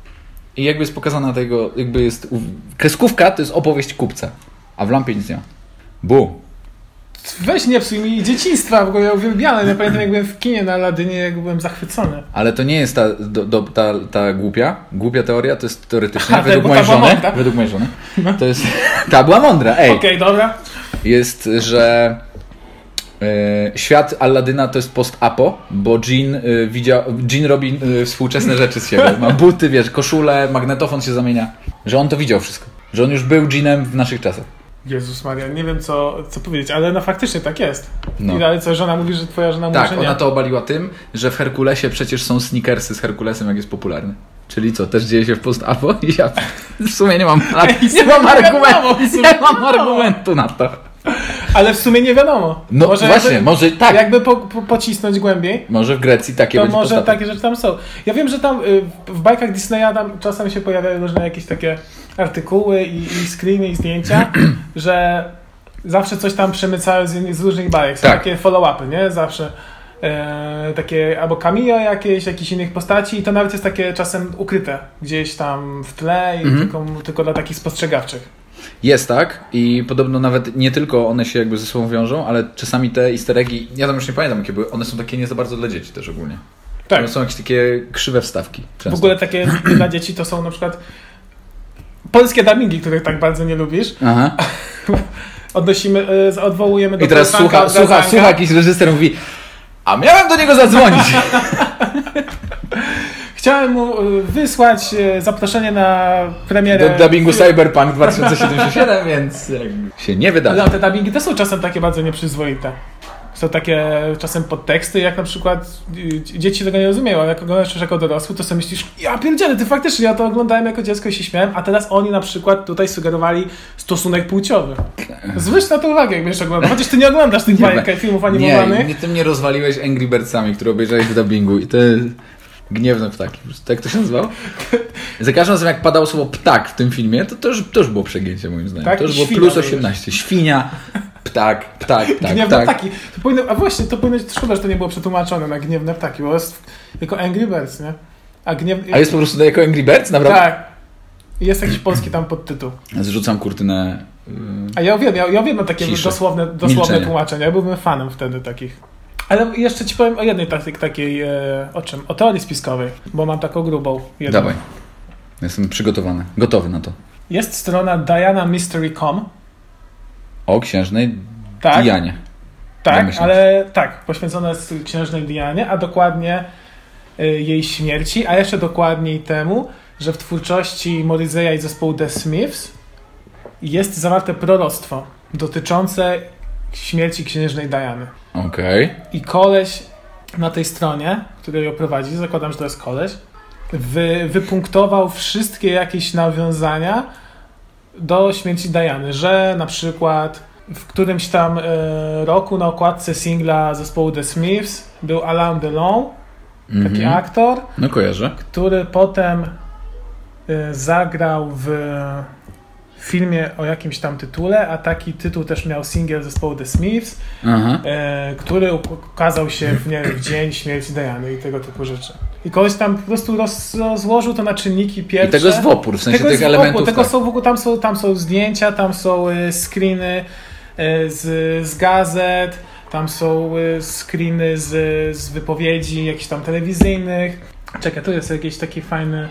I jakby jest pokazana tego, jakby jest... Kreskówka to jest opowieść kupca. A w lampie nic nie ma. Bu. Weź nie psuj mi dzieciństwa, bo ja uwielbiałem. Ja pamiętam, jak byłem w kinie na Aladynie, jak byłem zachwycony. Ale to nie jest ta, do, do, ta, ta głupia. Głupia teoria to jest teoretycznie, Aha, według bo ta mojej była żony. mądra. Według mojej żony. To jest... Ta była mądra, ej. Okej, okay, dobra. Jest, że e, świat Aladyna to jest post-apo, bo Jean, e, widział, Jean robi e, współczesne rzeczy z siebie. Ma buty, wiesz, koszulę, magnetofon się zamienia. Że on to widział wszystko. Że on już był Jeanem w naszych czasach. Jezus Maria, nie wiem co, co powiedzieć, ale no faktycznie tak jest. No. I ale co, żona mówi, że twoja żona mówi, Tak, że ona nie. to obaliła tym, że w Herkulesie przecież są sneakersy z Herkulesem, jak jest popularny. Czyli co, też dzieje się w post-apo? I ja w sumie nie mam, Ej, nie mam nie wiadomo, argumentu, w sumie nie nie mam wiadomo. argumentu na to. Ale w sumie nie wiadomo. No właśnie, jakby, może tak. Jakby po, po, pocisnąć głębiej, Może w Grecji takie to będzie może post-apo. takie rzeczy tam są. Ja wiem, że tam y, w bajkach Disneya tam czasem się pojawiają różne jakieś takie artykuły i, i screeny i zdjęcia, że zawsze coś tam przemycają z, z różnych bajek. Są Tak. takie follow-upy, nie? Zawsze. E, takie albo cameo jakieś, jakichś innych postaci i to nawet jest takie czasem ukryte gdzieś tam w tle i Mhm. tylko, tylko dla takich spostrzegawczych. Jest tak i podobno nawet nie tylko one się jakby ze sobą wiążą, ale czasami te easter eggi, ja tam już nie pamiętam jakie były, one są takie nie za bardzo dla dzieci też ogólnie. Tak. One są jakieś takie krzywe wstawki często. W ogóle takie dla dzieci to są na przykład polskie dubbingi, których tak bardzo nie lubisz. Aha. Odnosimy, y, odwołujemy do I teraz Polsanka, słucha, słucha, Odradzanka. słucha jakiś reżyser mówi, a miałem do niego zadzwonić. Chciałem mu y, wysłać y, zaproszenie na premierę. Do dubbingu Cyberpunk dwa tysiące siedemdziesiąt siedem, więc jakby się nie wydarzy. Ale te dubbingi też są czasem takie bardzo nieprzyzwoite. Są takie czasem podteksty, jak na przykład y, dzieci tego nie rozumieją, ale jak oglądasz już jako dorosły, to sobie myślisz, ja pierdzielę, ty faktycznie, ja to oglądałem jako dziecko i się śmiałem, a teraz oni na przykład tutaj sugerowali stosunek płciowy. Zwróć na to uwagę, jak będziesz oglądał. Chociaż ty nie oglądasz tych bajek, filmów animowanych. Nie, nie, ty mnie rozwaliłeś Angry Birdsami, które obejrzałeś w dubbingu i to gniewne ptaki. Po prostu. Jak to się nazywało? Za każdym razem jak padało słowo ptak w tym filmie, to to już, to już było przegięcie moim zdaniem. Tak? To już było Świnia plus to już. osiemnaście. Świnia, ptak, ptak, ptak, Gniewne ptak. ptaki. To powinno, a właśnie, to powinno, szkoda, że to nie było przetłumaczone na gniewne ptaki, bo jest jako Angry Birds, nie? A, gniew... A jest po prostu jako Angry Birds? Naprawdę? Tak. Jest jakiś polski tam podtytuł. Zrzucam kurtynę. Yy... A ja uwielbiam, ja uwielbiam takie Ciszy. dosłowne, dosłowne Milczenie. tłumaczenia. Ja byłem fanem wtedy takich. Ale jeszcze ci powiem o jednej takiej, takiej e, o czym? O teorii spiskowej, bo mam taką grubą. Jedną. Dawaj. Jestem przygotowany. Gotowy na to. Jest strona diana mystery kropka com. O księżnej Tak. Dianie. Tak, Domyślam ale tak, poświęcona jest księżnej Dianie, a dokładnie y, jej śmierci, a jeszcze dokładniej temu, że w twórczości Morriseya i zespołu The Smiths jest zawarte proroctwo dotyczące śmierci księżnej Diany. Okej. Okay. I koleś na tej stronie, który ją prowadzi, zakładam, że to jest koleś, wy, wypunktował wszystkie jakieś nawiązania do śmierci Diany, że na przykład w którymś tam e, roku na okładce singla zespołu The Smiths był Alain Delon, taki mm-hmm. aktor, no kojarzę, który potem e, zagrał w filmie o jakimś tam tytule, a taki tytuł też miał singiel zespołu The Smiths, e, który ukazał się w, nie, w dzień śmierci Diany i tego typu rzeczy. I koleś tam po prostu roz, rozłożył to na czynniki pierwsze. I tego jest w opór, w sensie tego tych jest elementów. Opór, tego tak. są, tam, są, tam są zdjęcia, tam są y, screeny y, z, z gazet, tam są y, screeny z, z wypowiedzi jakichś tam telewizyjnych. Czekaj, tu jest jakiś taki fajny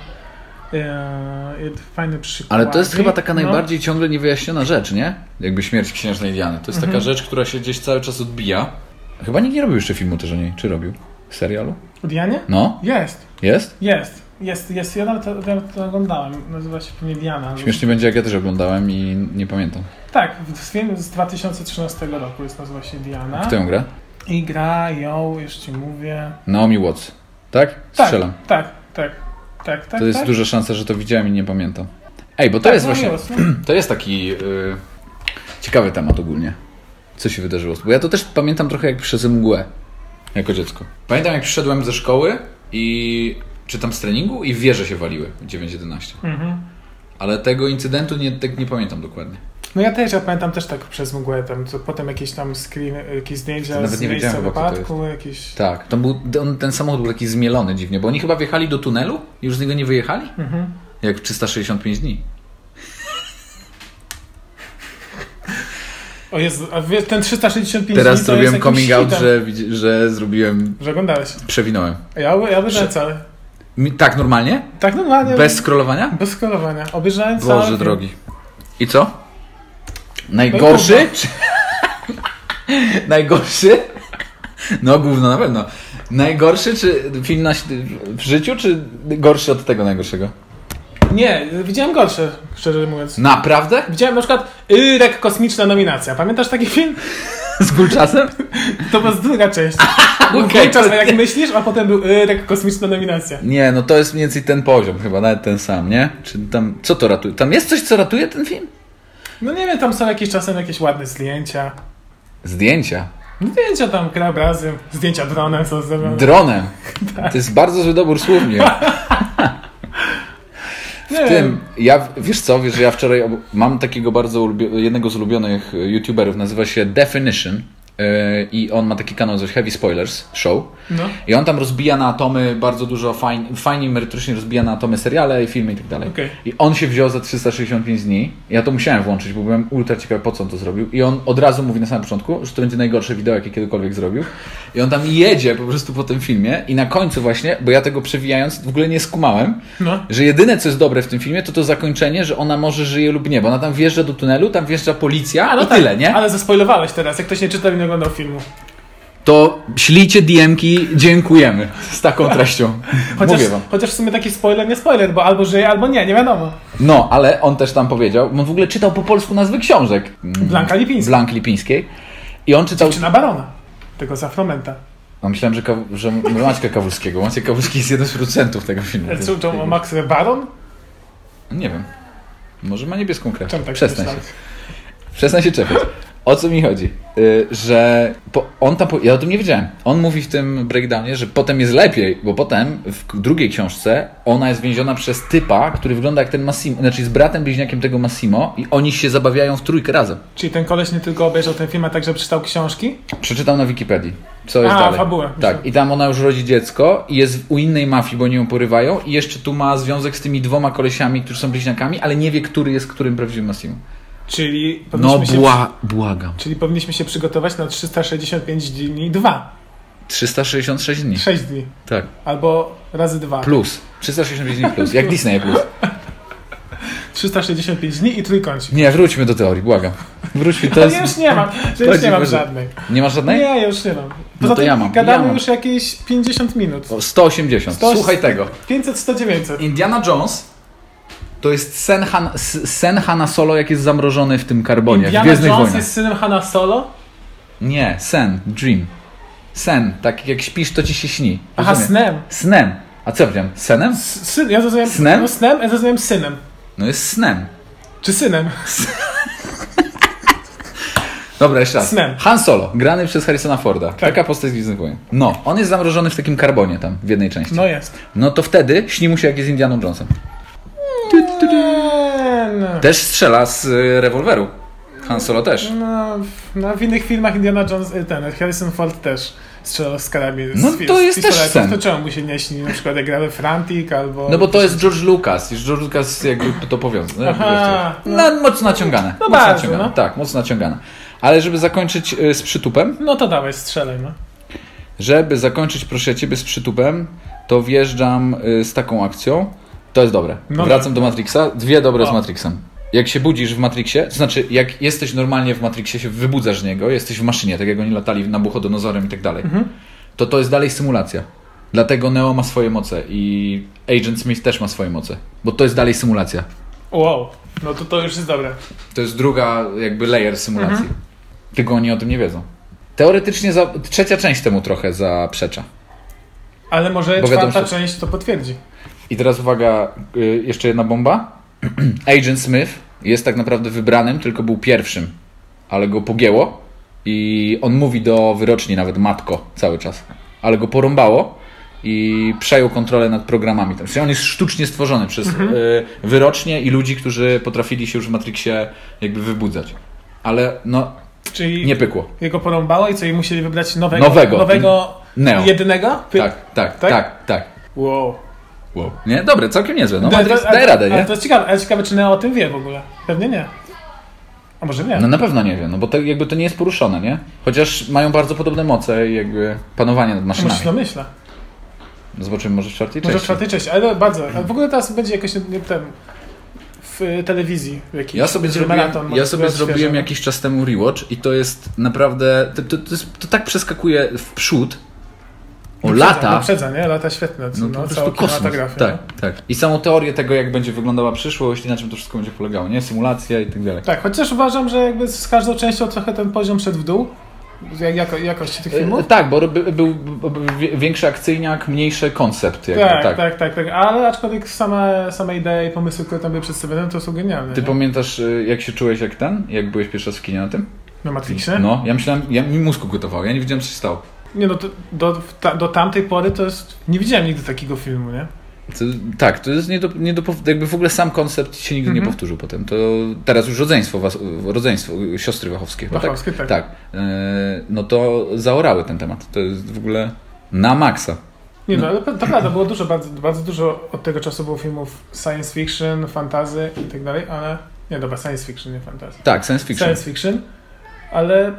y, fajny przykład. Ale to jest chyba taka no. najbardziej ciągle niewyjaśniona rzecz, nie? Jakby śmierć księżnej Diany. To jest mhm. taka rzecz, która się gdzieś cały czas odbija. Chyba nikt nie robił jeszcze filmu też o niej. Czy robił? Serialu? O Dianie? No. Jest. Jest? Jest. Jest, jest. Ja nawet to, nawet to oglądałem. Nazywa się pewnie Diana. Śmiesznie będzie, jak ja też oglądałem i nie pamiętam. Tak, film z dwa tysiące trzynastego roku jest, nazywa się Diana. Kto ją gra? I gra ją, już ci mówię... Naomi Watts. Tak? Strzelam. Tak, tak, tak. tak, tak to jest tak? duża szansa, że to widziałem i nie pamiętam. Ej, bo to tak, jest no właśnie... Miłos, no. To jest taki yy, ciekawy temat ogólnie. Co się wydarzyło? Bo ja to też pamiętam trochę jak przez mgłę. Jako dziecko. Pamiętam jak przyszedłem ze szkoły i... czy tam z treningu i wieże się waliły dziewięć jedenaście. Mhm. Ale tego incydentu nie, tak nie pamiętam dokładnie. No ja też, ja pamiętam też tak przez mgłę, tam, to potem jakieś tam screen, jakieś zdjęcia nawet z nie miejsca wiedziałem, wypadku. Jakieś... Tak, to był, on, ten samochód był taki zmielony dziwnie, bo oni chyba wjechali do tunelu i już z niego nie wyjechali? Mhm. Jak trzysta sześćdziesiąt pięć dni. O Jezu, a wiesz, ten trzysta sześćdziesiąt pięć Teraz dni to zrobiłem coming out, że, że zrobiłem... Że oglądałeś. Przewinąłem. Ja, ja obejrzałem cały. Tak normalnie? Tak normalnie. Bez scrollowania? Bez scrollowania. Obejrzałem cały. Boże drogi. I co? Najgorszy? Czy... Najgorszy? No gówno na pewno. Najgorszy czy film na... w życiu, czy gorszy od tego najgorszego? Nie, widziałem gorsze, szczerze mówiąc. Naprawdę? Widziałem na przykład Yrek Kosmiczna Nominacja. Pamiętasz taki film? Z Gulczasem? To była druga część. Był okay, czas, jak myślisz, a potem był Yrek Kosmiczna Nominacja. Nie, no to jest mniej więcej ten poziom chyba, nawet ten sam, nie? Czy tam, co to ratuje? Tam jest coś, co ratuje ten film? No nie wiem, tam są jakieś czasem jakieś ładne zdjęcia. Zdjęcia? Zdjęcia tam, krajobrazy, zdjęcia dronem są zrobione. Dronem? Tak. To jest bardzo zły dobór słownie. W tym, ja, wiesz co, wiesz, że ja wczoraj mam takiego bardzo ulubio- jednego z ulubionych youtuberów, nazywa się Definition yy, i on ma taki kanał, coś Heavy Spoilers Show no. I on tam rozbija na atomy bardzo dużo, fajnie, fajnie merytorycznie rozbija na atomy seriale, filmy i tak dalej. Okay. I on się wziął za trzysta sześćdziesiąt pięć dni, ja to musiałem włączyć, bo byłem ultra ciekawy, po co on to zrobił i on od razu mówi na samym początku, że to będzie najgorsze wideo, jakie kiedykolwiek zrobił i on tam jedzie po prostu po tym filmie i na końcu właśnie, bo ja tego przewijając w ogóle nie skumałem, no. że jedyne co jest dobre w tym filmie to to zakończenie, że ona może żyje lub nie, bo ona tam wjeżdża do tunelu, tam wjeżdża policja A, no i tak, tyle, nie? Ale zaspoilowałeś teraz, jak ktoś nie czytał i nie oglądał filmu. To ślijcie D M-ki, dziękujemy z taką treścią. Chociaż, Mówię wam. Chociaż w sumie taki spoiler, nie spoiler, bo albo żyje, albo nie, nie wiadomo. No, ale on też tam powiedział, on w ogóle czytał po polsku nazwy książek. Blanka Lipińskiej. Blanki Lipińskiej. I on czytał... Dziewczyna Barona, tego z Afromenta. No, myślałem, że, Ka- że Maćka Kawulskiego. Maciek Kawulski jest jednym z producentów tego filmu. Co, to Max Baron? Nie wiem. Może ma niebieską krew. Czemu tak Przestań się. Przestań się czepiać. O co mi chodzi? Yy, że po, on tam, po, ja o tym nie wiedziałem. On mówi w tym breakdownie, że potem jest lepiej, bo potem w drugiej książce ona jest więziona przez typa, który wygląda jak ten Massimo, znaczy jest bratem bliźniakiem tego Massimo i oni się zabawiają w trójkę razem. Czyli ten koleś nie tylko obejrzał ten film, a także przeczytał książki? Przeczytał na Wikipedii. Co jest a, dalej? fabułę. Tak, i tam ona już rodzi dziecko i jest u innej mafii, bo oni ją porywają i jeszcze tu ma związek z tymi dwoma kolesiami, którzy są bliźniakami, ale nie wie, który jest którym prawdziwym Massimo. Czyli no się bła, błagam. Czyli powinniśmy się przygotować na trzysta sześćdziesiąt pięć dni dwa. trzysta sześćdziesiąt sześć dni. sześć dni. Tak. Albo razy dwa. Plus. trzysta sześćdziesiąt pięć dni plus. Jak Disney plus. trzysta sześćdziesiąt pięć dni i trójkącik. Nie, wróćmy do teorii, błagam. Wróćmy, to Ja jest... już nie mam, że już nie mam żadnej. Nie masz żadnej? Nie, ja już nie mam. Poza No to tym ja mam, gadamy ja mam. już jakieś pięćdziesiąt minut. O, sto osiemdziesiąt. sto Słuchaj tego. pięćset, sto, dziewięćset. Indiana Jones to jest sen, Han, sen Hanna Solo, jak jest zamrożony w tym karbonie, Indiana w Gwiezdnych Jones Wojnach. jest synem Hanna Solo? Nie, sen, dream. Sen, tak jak śpisz, to ci się śni. Aha, Rozumiesz? snem. Snem. A co ja powiedziałem? Senem? S- Syn, ja zrozumiałem Snem? No, snem, ja zrozumiałem synem. No jest snem. Czy synem? Dobra, jeszcze raz. Snem. Han Solo, grany przez Harrisona Forda. Tak. Taka postać z Gwiezdnych Wojen. No, on jest zamrożony w takim karbonie tam, w jednej części. No jest. No to wtedy śni mu się, jak jest Indianą Jonesem. Eee, Też strzela z y, rewolweru. Han Solo też. No, no, w innych filmach Indiana Jones, y, ten, Harrison Ford też strzelał z karabin. No z, to z jest też pistoletów. sen. To czemu mu się nie śni? Na przykład jak gramy Frantic albo... No bo to jest George Lucas. Już George Lucas jakby to powiązał. No, Aha, no. no mocno naciągane. No mocno bardzo, naciągane. no. Tak, mocno naciągane. Ale żeby zakończyć y, z przytupem, No to dawaj, strzelaj, no. żeby zakończyć, proszę Ciebie, z przytupem, to wjeżdżam y, z taką akcją. To jest dobre. No Wracam do Matrixa. Dwie dobre O. z Matrixem. Jak się budzisz w Matrixie, to znaczy jak jesteś normalnie w Matrixie, się wybudzasz z niego, jesteś w maszynie, tak jak oni latali Nabuchodonozorem i tak dalej, Mhm. to to jest dalej symulacja. Dlatego Neo ma swoje moce i Agent Smith też ma swoje moce, bo to jest dalej symulacja. Wow, no to to już jest dobre. To jest druga jakby layer symulacji. Tylko oni o tym nie wiedzą. Teoretycznie za, trzecia część temu trochę zaprzecza. Ale może Bo czwarta wiadomo, że- część to potwierdzi. I teraz uwaga, y, jeszcze jedna bomba. Agent Smith jest tak naprawdę wybranym, tylko był pierwszym, ale go pogięło i on mówi do wyroczni nawet matko cały czas, ale go porąbało i przejął kontrolę nad programami. Czyli on jest sztucznie stworzony przez Mhm. y, wyrocznie i ludzi, którzy potrafili się już w Matrixie jakby wybudzać. Ale no, Czyli nie pykło. jego porąbało i co, i musieli wybrać nowego, Nowego. nowego Neo. jedynego? Py- Tak, tak, Tak? tak, tak. Wow. Wow. Nie? Dobre, całkiem niezłe. No To- Matrix to- daje radę, ale nie? to jest ciekawe, ale ciekawe, czy Neo o tym wie w ogóle. Pewnie nie. A może wie. No na pewno nie wiem, no bo to jakby to nie jest poruszone, nie? Chociaż mają bardzo podobne moce i jakby panowanie nad Może maszynami. się domyśla. Zobaczymy może w czwartej Może w części. czwartej części, ale bardzo. A w ogóle teraz będzie jakoś nie, nie, ten, w y, telewizji. W jakiś, Ja sobie będzie zrobiłem, maraton, ja może sobie odświeżą. zrobiłem jakiś czas temu rewatch i to jest naprawdę, to, to, to, jest, to tak przeskakuje w przód o Wyprzedza, lata. Wyprzedza, nie? Lata świetne. No No, to po cała prostu kosmos. kinematografia. Tak, tak. I samą teorię tego, jak będzie wyglądała przyszłość i na czym to wszystko będzie polegało, nie? Symulacja i tak dalej. Tak, chociaż uważam, że jakby z każdą częścią trochę ten poziom szedł w dół. Jak, jako, jakości tych E, filmów. Tak, bo by, był był większy akcyjniak, mniejszy koncept. Jakby, Tak, tak. tak, tak, tak. Ale aczkolwiek same, same idee i pomysły, które tam były przedstawione, to są genialne. Ty nie? pamiętasz, y, jak się czułeś jak ten? Jak byłeś pierwszy raz w kinie na tym? Na Matrixie? No, ja myślałem, ja, mi mózg gotował, ja nie wiedziałem, co się stało. Nie no, to, do, ta, do tamtej pory to jest... Nie widziałem nigdy takiego filmu, nie? To, tak, to jest nie do, nie do, jakby w ogóle sam koncept się nigdy Mhm. nie powtórzył potem. To teraz już rodzeństwo, was, rodzeństwo siostry Wachowskie. chyba, Wachowskie, tak. tak. tak. E, no to zaorały ten temat. To jest w ogóle na maksa. Nie no, ale to prawda, było dużo, bardzo, bardzo dużo od tego czasu było filmów science fiction, fantasy i tak dalej, ale... Nie, dobra, science fiction, nie fantasy. Tak, science fiction. Science fiction, ale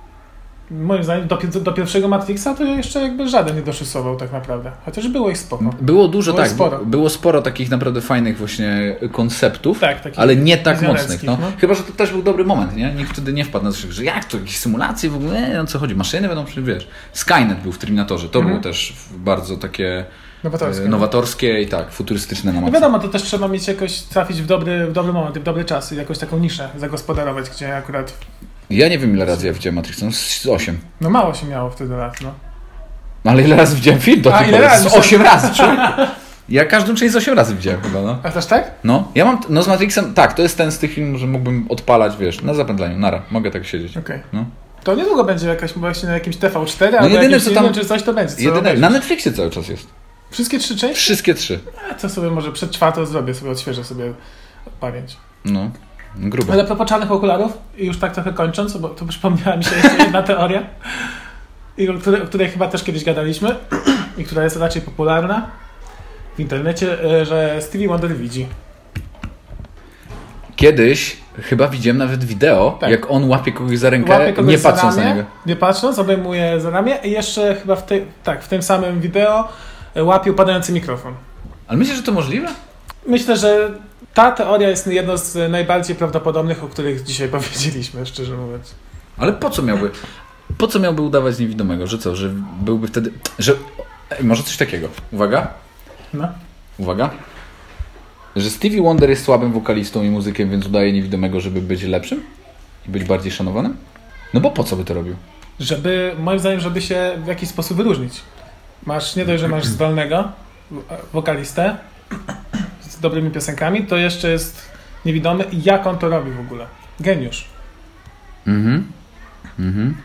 moim zdaniem do, do pierwszego Matrixa to jeszcze jakby żaden nie doszysował tak naprawdę. Chociaż było ich spoko. Było dużo, Było tak. sporo. Było sporo takich naprawdę fajnych właśnie konceptów. Tak, takich Ale nie tak wizjonerskich, mocnych. No. no. Chyba, że to też był dobry moment, nie? Nikt wtedy nie wpadł na coś, że jak to, jakieś symulacje w ogóle, nie, o co chodzi, maszyny będą, przecież wiesz. Skynet był w Terminatorze, to Mhm. było też bardzo takie Nowatorskie. e, nowatorskie i tak, futurystyczne na No maksa. wiadomo, to też trzeba mieć jakoś, trafić w dobry, w dobry moment, w dobry czas i jakąś taką niszę zagospodarować, gdzie akurat, Ja nie wiem, ile razy ja widziałem Matrix, no z osiem. no mało się miało wtedy lat, no. Ale ile razy widziałem film do A, tej ile pory? razy? Z osiem razy, człowiek. Ja każdą część z osiem razy widziałem chyba, no. A też tak? No, ja mam, no z Matrixem, tak, to jest ten z tych filmów, że mógłbym odpalać, wiesz, na zapętleniu, nara, mogę tak siedzieć. Okej. No. To niedługo będzie jakaś, właśnie na jakimś T V cztery, albo jedyne, jakimś co innym, tam- czy coś to będzie. Co Jedyne, obejrzysz? na Netflixie cały czas jest. Wszystkie trzy części? Wszystkie trzy. A to sobie może przed czwartą zrobię, sobie odświeżę sobie pamięć. No, grubo. Ale a propos czarnych okularów, i już tak trochę kończąc, bo to przypomniała mi się jeszcze jedna teoria, i o której, o której chyba też kiedyś gadaliśmy, i która jest raczej popularna w internecie, e, że Stevie Wonder widzi. Kiedyś chyba widziałem nawet wideo, tak. jak on łapie kogoś za rękę, łapie kogoś nie za patrząc ramię, na niego. Nie patrząc, obejmuje za ramię i jeszcze chyba w, tej, tak, w tym samym wideo łapie upadający mikrofon. Ale myślisz, że to możliwe? Myślę, że ta teoria jest jedną z najbardziej prawdopodobnych, o których dzisiaj powiedzieliśmy, szczerze mówiąc. Ale po co miałby, po co miałby udawać niewidomego? Że co, że byłby wtedy, że może coś takiego. Uwaga. No. Uwaga. Że Stevie Wonder jest słabym wokalistą i muzykiem, więc udaje niewidomego, żeby być lepszym i być bardziej szanowanym? No bo po co by to robił? Żeby, moim zdaniem, żeby się w jakiś sposób wyróżnić. Masz, nie dość, że masz zdolnego wokalistę z dobrymi piosenkami, to jeszcze jest niewidomy i jak on to robi w ogóle. Geniusz. Mhm. Mhm.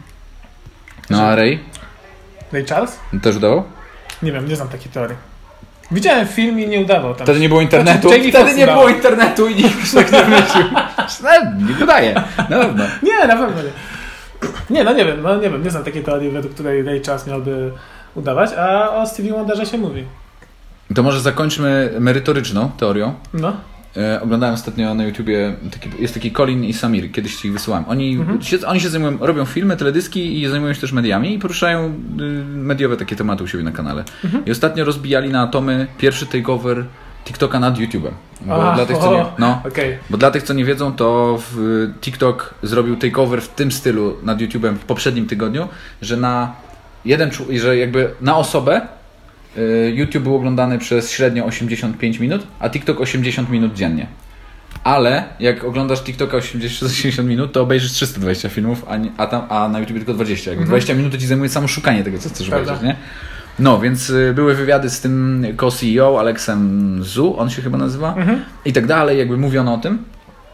No a Ray? Ray Charles? Też udawał? Nie wiem, nie znam takiej teorii. Widziałem film i nie udawał tam. Wtedy nie było internetu. Znaczy, Wtedy nie było internetu i nikt tak nie myślił. Nie udaje. Na pewno. Nie, na pewno nie. Nie, no nie wiem, no nie wiem, nie znam takiej teorii, według której Ray Charles miałby udawać, a o Stevie Wonderze się mówi. To może zakończmy merytoryczną teorią. No. E, oglądałem ostatnio na YouTubie, taki, jest taki Colin i Samir, kiedyś ci ich wysyłałem. Oni, mhm. się, oni się zajmują, robią filmy, teledyski i zajmują się też mediami i poruszają y, mediowe takie tematy u siebie na kanale. Mhm. I ostatnio rozbijali na atomy pierwszy takeover TikToka nad YouTube'em. Bo, A, dla tych, co nie, no, okay. bo dla tych, co nie wiedzą, to w, TikTok zrobił takeover w tym stylu nad YouTube'em w poprzednim tygodniu, że na jeden, że jakby na osobę YouTube był oglądany przez średnio osiemdziesiąt pięć minut, a TikTok osiemdziesiąt minut dziennie. Ale jak oglądasz TikToka osiemdziesiąt minut, to obejrzysz trzysta dwadzieścia filmów, a, nie, a, tam, a na YouTube tylko dwadzieścia. Jakby dwadzieścia minut to ci zajmuje samo szukanie tego, co chcesz Prawda. obejrzeć, nie? No, więc y, były wywiady z tym co-C E O, Alexem Zhu, on się chyba nazywa, mhm. i tak dalej, jakby mówiono o tym.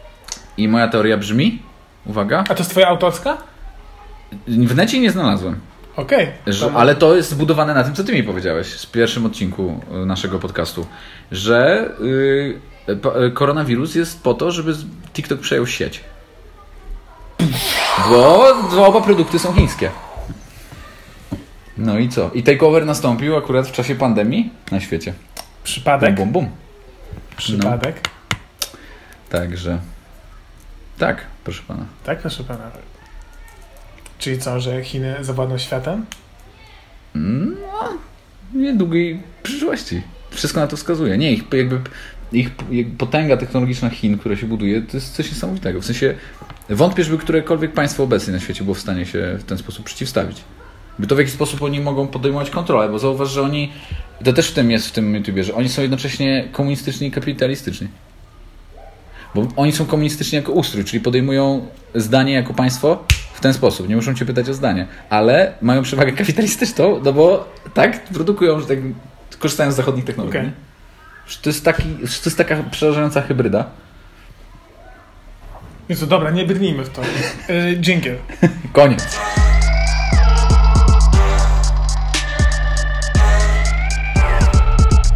I moja teoria brzmi, uwaga. A to jest twoja autorska? W necie nie znalazłem. Okej. Okay. Ale to jest zbudowane na tym, co ty mi powiedziałeś w pierwszym odcinku naszego podcastu, że yy, koronawirus jest po to, żeby TikTok przejął sieć. Bo, bo oba produkty są chińskie. No i co? I takeover nastąpił akurat w czasie pandemii na świecie. Przypadek? Bum, bum, bum. Przypadek? No. Także... Tak, proszę pana. Tak, proszę pana. Czyli co, że Chiny zawładną światem? No, w niedługiej przyszłości. Wszystko na to wskazuje. Nie, ich jakby ich potęga technologiczna Chin, która się buduje, to jest coś niesamowitego. W sensie wątpię, żeby którekolwiek państwo obecnie na świecie było w stanie się w ten sposób przeciwstawić. By to w jaki sposób oni mogą podejmować kontrolę, bo zauważ, że oni, to też w tym jest w tym YouTubie, że oni są jednocześnie komunistyczni i kapitalistyczni. Bo oni są komunistyczni jako ustrój, czyli podejmują zdanie jako państwo w ten sposób. Nie muszą cię pytać o zdanie. Ale mają przewagę kapitalistyczną, no bo tak produkują, że tak korzystają z zachodnich technologii. Okay. To jest taki, to jest taka przerażająca hybryda. Jezu, dobra, nie brnijmy w to. Yy, dżingiel. Koniec.